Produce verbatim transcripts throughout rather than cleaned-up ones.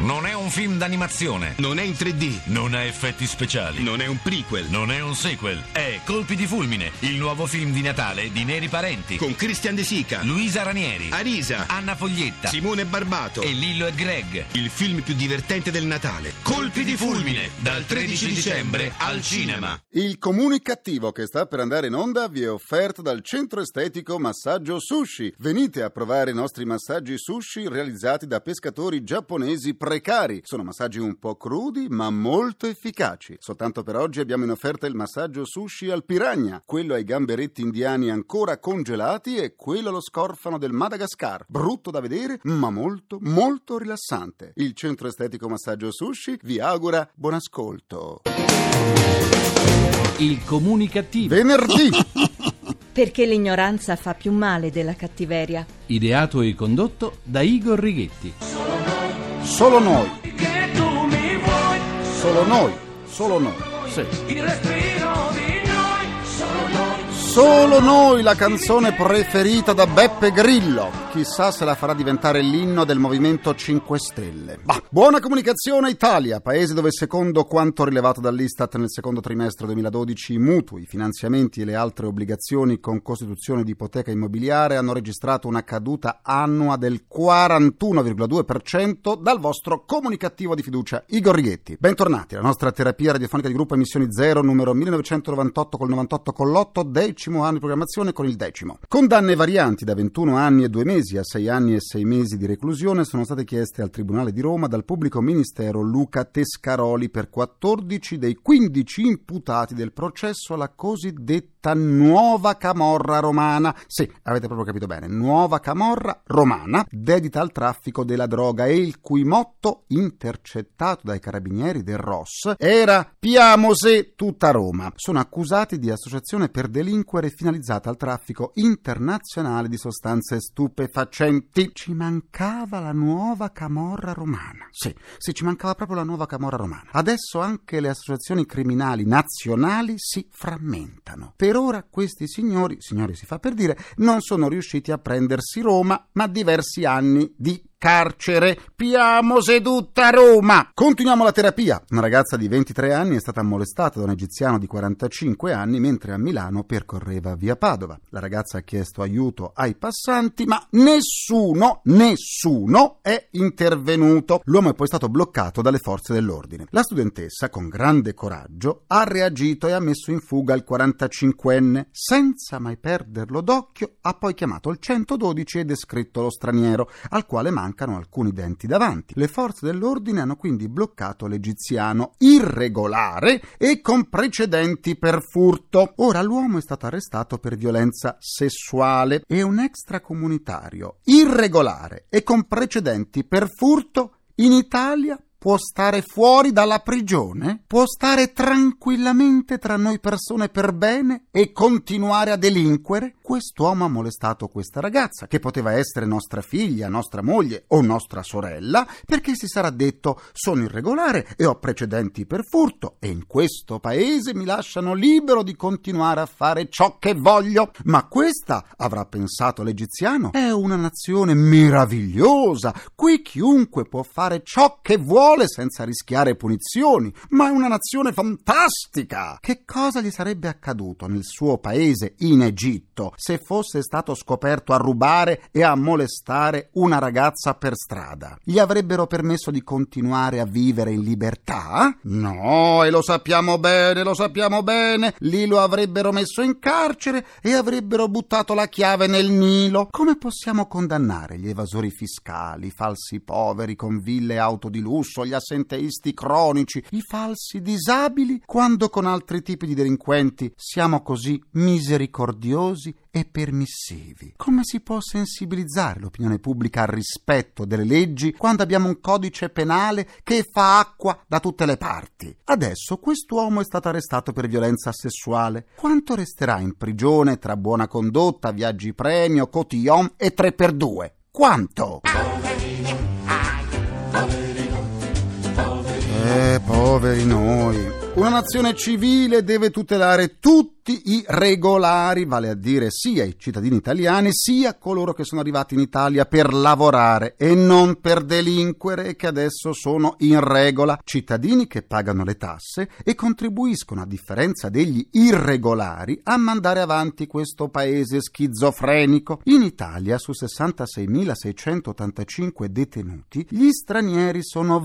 Non è un film d'animazione. Non è in tre D. Non ha effetti speciali. Non è un prequel. Non è un sequel. È Colpi di fulmine, il nuovo film di Natale di Neri Parenti. Con Christian De Sica, Luisa Ranieri, Arisa, Anna Foglietta, Simone Barbato e Lillo e Greg. Il film più divertente del Natale. Colpi di fulmine, dal tredici dicembre al cinema. Il comunicativo che sta per andare in onda vi è offerto dal centro estetico Massaggio Sushi. Venite a provare i nostri massaggi sushi realizzati da pescatori giapponesi precari. Sono massaggi un po' crudi ma molto efficaci. Soltanto per oggi abbiamo in offerta il massaggio sushi al piranha, quello ai gamberetti indiani ancora congelati e quello allo scorfano del Madagascar. Brutto da vedere ma molto molto rilassante. Il centro estetico Massaggio Sushi vi augura buon ascolto. Il comunicativo. Venerdì. Perché l'ignoranza fa più male della cattiveria. Ideato e condotto da Igor Righetti. Solo noi. Solo noi. Solo noi. Sì. Solo noi, la canzone preferita da Beppe Grillo. Chissà se la farà diventare l'inno del Movimento cinque Stelle. Bah. Buona comunicazione Italia, paese dove secondo quanto rilevato dall'Istat nel secondo trimestre duemiladodici i mutui, i finanziamenti e le altre obbligazioni con costituzione di ipoteca immobiliare hanno registrato una caduta annua del quarantuno virgola due per cento dal vostro comunicativo di fiducia Igor Righetti. Bentornati alla nostra terapia radiofonica di gruppo Emissioni Zero numero millenovecentonovantotto col novantotto con l'otto, decimo anno di programmazione con il decimo. Condanne varianti da ventuno anni e due mesi a sei anni e sei mesi di reclusione sono state chieste al Tribunale di Roma dal pubblico ministero Luca Tescaroli per quattordici dei quindici imputati del processo alla cosiddetta nuova camorra romana. Sì, avete proprio capito bene, nuova camorra romana dedita al traffico della droga e il cui motto, intercettato dai carabinieri del R O S, era Piamose tutta Roma. Sono accusati di associazione per delinquere finalizzata al traffico internazionale di sostanze stupefacenti. Ci mancava la nuova camorra romana. Sì, sì, ci mancava proprio la nuova camorra romana. Adesso anche le associazioni criminali nazionali si frammentano. Per ora questi signori, signori si fa per dire, non sono riusciti a prendersi Roma, ma diversi anni di carcere. Piamose tutta Roma. Continuiamo la terapia. Una ragazza di ventitré anni è stata molestata da un egiziano di quarantacinque anni mentre a Milano percorreva via Padova. La ragazza ha chiesto aiuto ai passanti, ma nessuno, nessuno è intervenuto. L'uomo è poi stato bloccato dalle forze dell'ordine. La studentessa, con grande coraggio, ha reagito e ha messo in fuga il quarantacinquenne. Senza mai perderlo d'occhio, ha poi chiamato il centododici e descritto lo straniero, al quale manca mancano alcuni denti davanti. Le forze dell'ordine hanno quindi bloccato l'egiziano irregolare e con precedenti per furto. Ora l'uomo è stato arrestato per violenza sessuale e un extracomunitario irregolare e con precedenti per furto in Italia può stare fuori dalla prigione? Può stare tranquillamente tra noi persone per bene e continuare a delinquere? Quest'uomo ha molestato questa ragazza, che poteva essere nostra figlia, nostra moglie o nostra sorella, perché si sarà detto: sono irregolare e ho precedenti per furto e in questo paese mi lasciano libero di continuare a fare ciò che voglio. Ma questa, avrà pensato l'egiziano, è una nazione meravigliosa. Qui chiunque può fare ciò che vuole senza rischiare punizioni, ma è una nazione fantastica. Che cosa gli sarebbe accaduto nel suo paese, in Egitto, se fosse stato scoperto a rubare e a molestare una ragazza per strada? Gli avrebbero permesso di continuare a vivere in libertà? No, e lo sappiamo bene, lo sappiamo bene. Lì lo avrebbero messo in carcere e avrebbero buttato la chiave nel Nilo. Come possiamo condannare gli evasori fiscali, i falsi poveri con ville e auto di lusso, gli assenteisti cronici, i falsi disabili, quando con altri tipi di delinquenti siamo così misericordiosi e permissivi? Come si può sensibilizzare l'opinione pubblica al rispetto delle leggi quando abbiamo un codice penale che fa acqua da tutte le parti? Adesso quest'uomo è stato arrestato per violenza sessuale. Quanto resterà in prigione tra buona condotta, viaggi premio, cotillon e tre per due? Quanto? Eh, poveri noi. Una nazione civile deve tutelare tutti tutti i regolari, vale a dire sia i cittadini italiani sia coloro che sono arrivati in Italia per lavorare e non per delinquere e che adesso sono in regola, cittadini che pagano le tasse e contribuiscono, a differenza degli irregolari, a mandare avanti questo paese schizofrenico. In Italia, su sessantaseimilaseicentoottantacinque detenuti, gli stranieri sono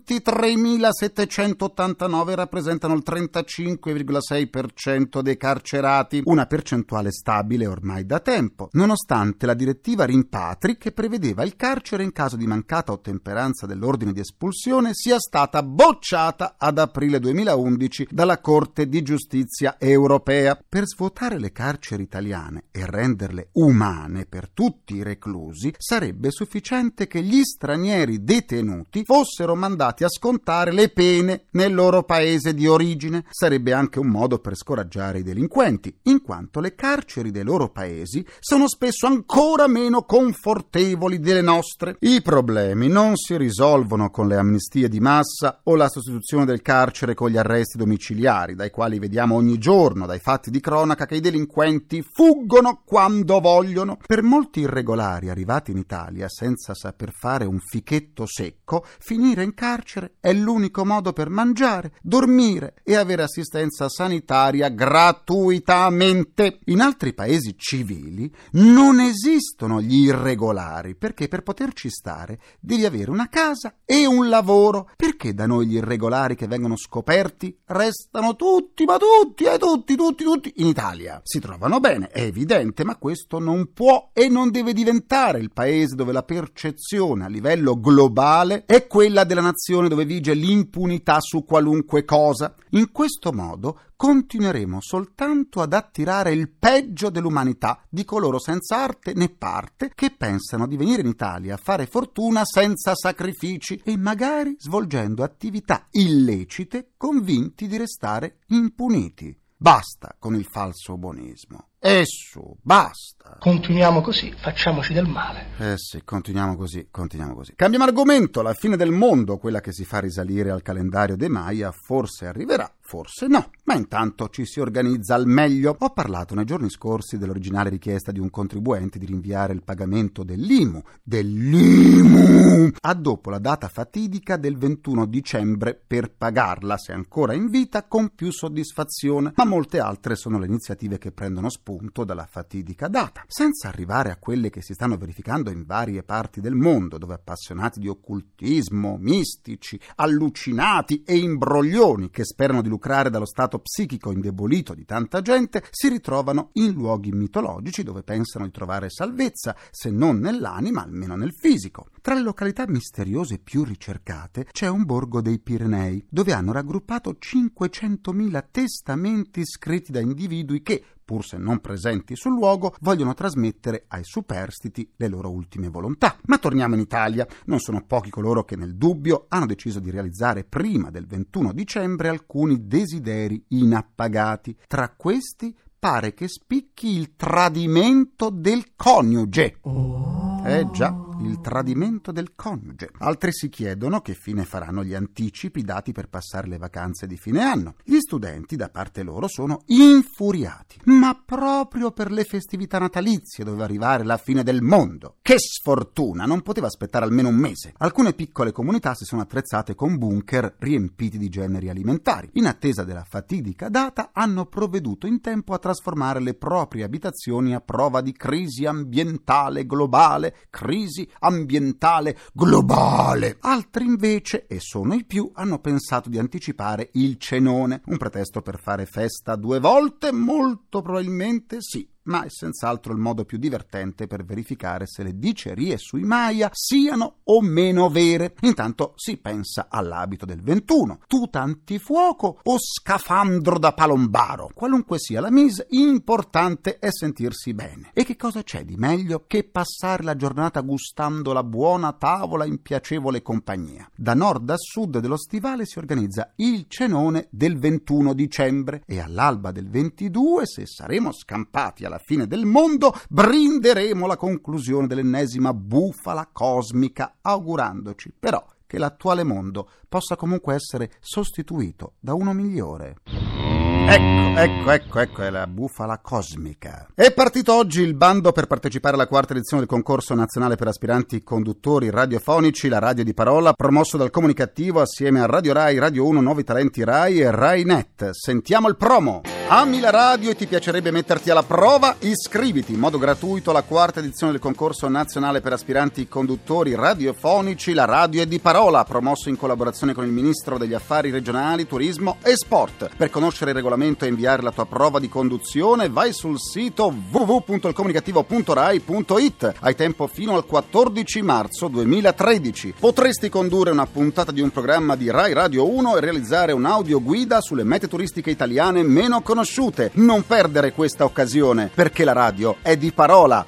ventitremilasettecentottantanove, rappresentano il trentacinque virgola sei per cento dei carcerati, una percentuale stabile ormai da tempo, nonostante la direttiva rimpatri che prevedeva il carcere in caso di mancata ottemperanza dell'ordine di espulsione sia stata bocciata ad aprile duemilaundici dalla Corte di Giustizia europea. Per svuotare le carceri italiane e renderle umane per tutti i reclusi, sarebbe sufficiente che gli stranieri detenuti fossero mandati a scontare le pene nel loro paese di origine. Sarebbe anche un modo per scoraggiare i delinquenti, in quanto le carceri dei loro paesi sono spesso ancora meno confortevoli delle nostre. I problemi non si risolvono con le amnistie di massa o la sostituzione del carcere con gli arresti domiciliari, dai quali vediamo ogni giorno dai fatti di cronaca che i delinquenti fuggono quando vogliono. Per molti irregolari arrivati in Italia senza saper fare un fichetto secco, finire in carcere è l'unico modo per mangiare, dormire e avere assistenza sanitaria gratuitamente. In altri paesi civili non esistono gli irregolari, perché per poterci stare devi avere una casa e un lavoro. Perché da noi gli irregolari che vengono scoperti restano tutti, ma tutti, e tutti, tutti, tutti in Italia? Si trovano bene, è evidente, ma questo non può e non deve diventare il paese dove la percezione a livello globale è quella della nazione dove vige l'impunità su qualunque cosa. In questo modo continueremo soltanto ad attirare il peggio dell'umanità, di coloro senza arte né parte che pensano di venire in Italia a fare fortuna senza sacrifici e magari svolgendo attività illecite convinti di restare impuniti. Basta con il falso buonismo. E su, basta. Continuiamo così, facciamoci del male. Eh sì, continuiamo così, continuiamo così. Cambiamo argomento, la fine del mondo, quella che si fa risalire al calendario dei Maya, forse arriverà, forse no, ma intanto ci si organizza al meglio. Ho parlato nei giorni scorsi dell'originale richiesta di un contribuente di rinviare il pagamento dell'I M U, dell'I M U, a dopo la data fatidica del ventuno dicembre per pagarla, se ancora in vita, con più soddisfazione. Ma molte altre sono le iniziative che prendono spunto dalla fatidica data, senza arrivare a quelle che si stanno verificando in varie parti del mondo, dove appassionati di occultismo, mistici, allucinati e imbroglioni che sperano di lucrare dallo stato psichico indebolito di tanta gente si ritrovano in luoghi mitologici dove pensano di trovare salvezza, se non nell'anima, almeno nel fisico. Tra le località misteriose più ricercate c'è un borgo dei Pirenei, dove hanno raggruppato cinquecentomila testamenti scritti da individui che, pur se non presenti sul luogo, vogliono trasmettere ai superstiti le loro ultime volontà. Ma torniamo in Italia. Non sono pochi coloro che nel dubbio hanno deciso di realizzare prima del ventuno dicembre alcuni desideri inappagati. Tra questi pare che spicchi il tradimento del coniuge. Eh già, il tradimento del coniuge. Altri si chiedono che fine faranno gli anticipi dati per passare le vacanze di fine anno. Gli studenti, da parte loro, sono infuriati. Ma proprio per le festività natalizie doveva arrivare la fine del mondo. Che sfortuna! Non poteva aspettare almeno un mese. Alcune piccole comunità si sono attrezzate con bunker riempiti di generi alimentari. In attesa della fatidica data, hanno provveduto in tempo a trasformare le proprie abitazioni a prova di crisi ambientale globale. Crisi ambientale globale. Altri invece, e sono i più, hanno pensato di anticipare il cenone, un pretesto per fare festa due volte? Molto probabilmente sì. Ma è senz'altro il modo più divertente per verificare se le dicerie sui Maya siano o meno vere. Intanto si pensa all'abito del ventuno, tuta antifuoco o scafandro da palombaro. Qualunque sia la mise, importante è sentirsi bene. E che cosa c'è di meglio che passare la giornata gustando la buona tavola in piacevole compagnia? Da nord a sud dello stivale si organizza il cenone del ventuno dicembre e all'alba del ventidue, se saremo scampati alla fine del mondo, brinderemo la conclusione dell'ennesima bufala cosmica, augurandoci però che l'attuale mondo possa comunque essere sostituito da uno migliore. Ecco, ecco, ecco, ecco, è la bufala cosmica. È partito oggi il bando per partecipare alla quarta edizione del concorso nazionale per aspiranti conduttori radiofonici, la radio di parola, promosso dal Comunicativo assieme a Radio Rai, Radio uno, Nuovi Talenti Rai e Rai Net. Sentiamo il promo! Ami la radio e ti piacerebbe metterti alla prova? Iscriviti in modo gratuito alla quarta edizione del concorso nazionale per aspiranti conduttori radiofonici, la radio è di parola, promosso in collaborazione con il Ministro degli Affari Regionali, Turismo e Sport. Per conoscere il regolamento e inviare la tua prova di conduzione vai sul sito w w w punto il comunicativo punto rai punto it. Hai tempo fino al quattordici marzo duemilatredici. Potresti condurre una puntata di un programma di Rai Radio uno e realizzare un'audioguida sulle mete turistiche italiane meno conosciute. Non perdere questa occasione, perché la radio è di parola.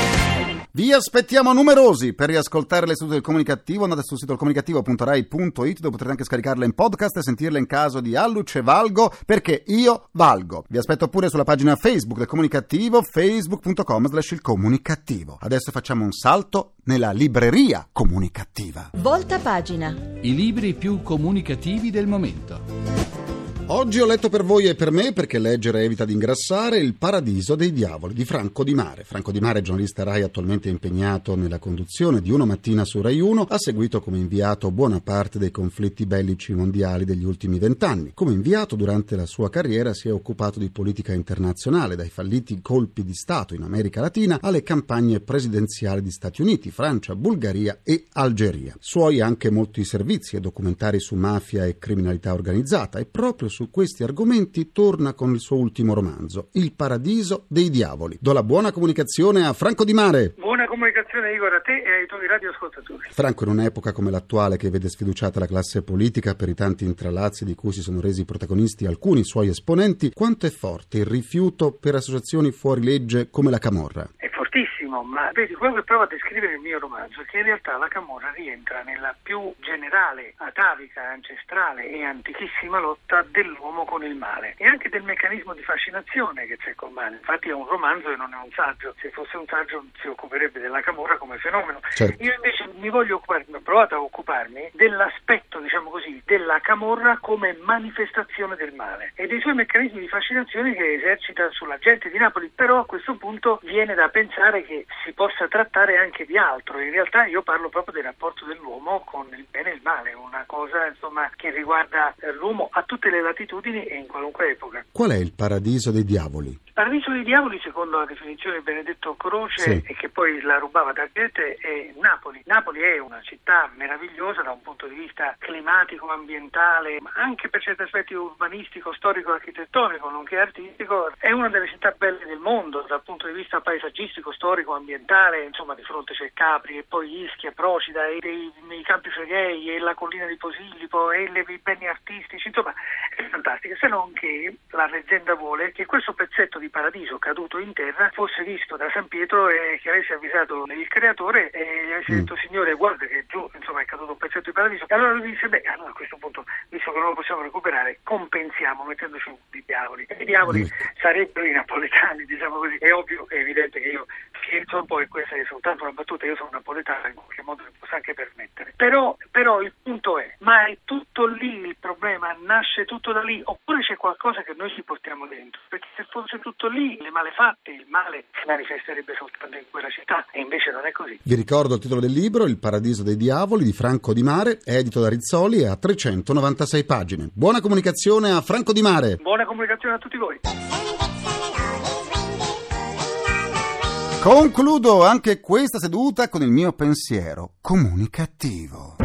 Vi aspettiamo numerosi. Per riascoltare le sedute del Comunicativo andate sul sito il comunicativo punto rai punto it, dove potrete anche scaricarle in podcast e sentirle in caso di alluce valgo, perché io valgo. Vi aspetto pure sulla pagina Facebook del Comunicativo, facebook punto com slash il comunicativo. Adesso facciamo un salto nella libreria comunicativa. Volta pagina. I libri più comunicativi del momento. Oggi ho letto per voi e per me, perché leggere evita di ingrassare, Il Paradiso dei Diavoli di Franco Di Mare. Franco Di Mare, giornalista Rai attualmente impegnato nella conduzione di Uno Mattina su Rai uno, ha seguito come inviato buona parte dei conflitti bellici mondiali degli ultimi vent'anni. Come inviato durante la sua carriera si è occupato di politica internazionale, dai falliti colpi di Stato in America Latina alle campagne presidenziali di Stati Uniti, Francia, Bulgaria e Algeria. Suoi anche molti servizi e documentari su mafia e criminalità organizzata, e proprio su questi argomenti torna con il suo ultimo romanzo, Il Paradiso dei Diavoli. Do la buona comunicazione a Franco Di Mare. Buona comunicazione, Igor, a te e ai tuoi radioascoltatori. Franco, in un'epoca come l'attuale che vede sfiduciata la classe politica per i tanti intralazzi di cui si sono resi protagonisti alcuni suoi esponenti, quanto è forte il rifiuto per associazioni fuori legge come la Camorra? È fortissimo, ma vedi, quello che provo a descrivere nel mio romanzo è che in realtà la Camorra rientra nella più generale, atavica, ancestrale e antichissima lotta dell'uomo con il male e anche del meccanismo di fascinazione che c'è col male. Infatti è un romanzo e non è un saggio. Se fosse un saggio si occuperebbe della Camorra come fenomeno. Certo. Io invece mi voglio occupare, ho provato a occuparmi dell'aspetto, diciamo così, della Camorra come manifestazione del male e dei suoi meccanismi di fascinazione che esercita sulla gente di Napoli. Però a questo punto viene da pensare che si possa trattare anche di altro. In realtà io parlo proprio del rapporto dell'uomo con il bene e il male, una cosa insomma che riguarda l'uomo a tutte le latitudini e in qualunque epoca. Qual è il Paradiso dei Diavoli? Il Paradiso dei Diavoli, secondo la definizione di Benedetto Croce, sì, e che poi la rubava da Goethe, è Napoli. Napoli è una città meravigliosa da un punto di vista climatico, ambientale, ma anche per certi aspetti urbanistico, storico, architettonico, nonché artistico. È una delle città belle del mondo dal punto di vista paesaggistico, storico, ambientale. Insomma, di fronte c'è Capri e poi Ischia, Procida e dei, i Campi Flegrei e la collina di Posillipo e le, i beni artistici. Insomma, è fantastica, se non che la leggenda vuole che questo pezzetto di paradiso caduto in terra fosse visto da San Pietro e che avesse avvisato il creatore e gli avesse detto: signore, guarda che giù insomma è caduto un pezzetto di paradiso. E allora lui disse: beh, allora a questo punto, visto che non lo possiamo recuperare, compensiamo mettendoci i diavoli. E i diavoli mm. sarebbero i napoletani, diciamo così. È ovvio, è evidente che io scherzo un po', e questa è soltanto una battuta, io sono napoletano, in qualche modo mi posso anche permettere. Però, però il punto è, ma è tutto lì il problema? Nasce tutto da lì? Oppure c'è qualcosa che noi ci portiamo dentro? Perché se fosse tutto lì, le malefatte, il male si manifesterebbe soltanto in quella città, e invece non è così. Vi ricordo il titolo del libro, Il Paradiso dei Diavoli di Franco Di Mare, è edito da Rizzoli e ha trecentonovantasei pagine. Buona comunicazione a Franco Di Mare. Buona comunicazione a tutti voi. Concludo anche questa seduta con il mio pensiero comunicativo.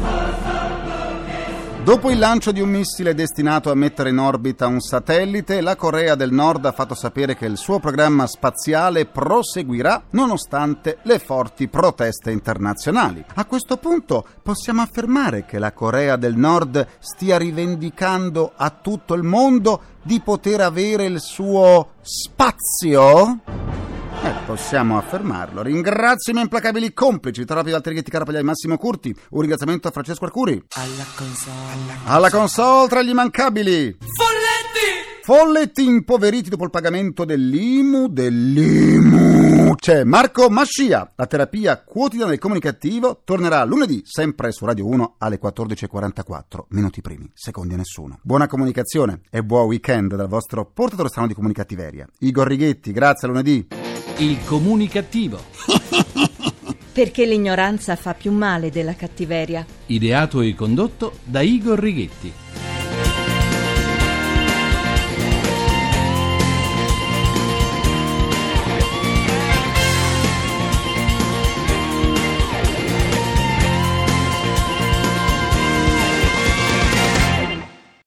Dopo il lancio di un missile destinato a mettere in orbita un satellite, la Corea del Nord ha fatto sapere che il suo programma spaziale proseguirà nonostante le forti proteste internazionali. A questo punto possiamo affermare che la Corea del Nord stia rivendicando a tutto il mondo di poter avere il suo spazio? Eh, possiamo affermarlo. Ringrazio i miei implacabili complici, Vittorio Valtrighetti, Carapaglia e Massimo Curti. Un ringraziamento a Francesco Arcuri. Alla console. Alla console tra gli immancabili. Folletti! folletti impoveriti dopo il pagamento dell'I M U, dell'I M U. C'è Marco Mascia, la terapia quotidiana del comunicativo, tornerà lunedì, sempre su Radio uno alle quattordici e quarantaquattro, minuti primi, secondi a nessuno. Buona comunicazione e buon weekend dal vostro portatore strano di comunicattiveria, Igor Righetti. Grazie, a lunedì. Il comunicativo. Perché l'ignoranza fa più male della cattiveria. Ideato e condotto da Igor Righetti.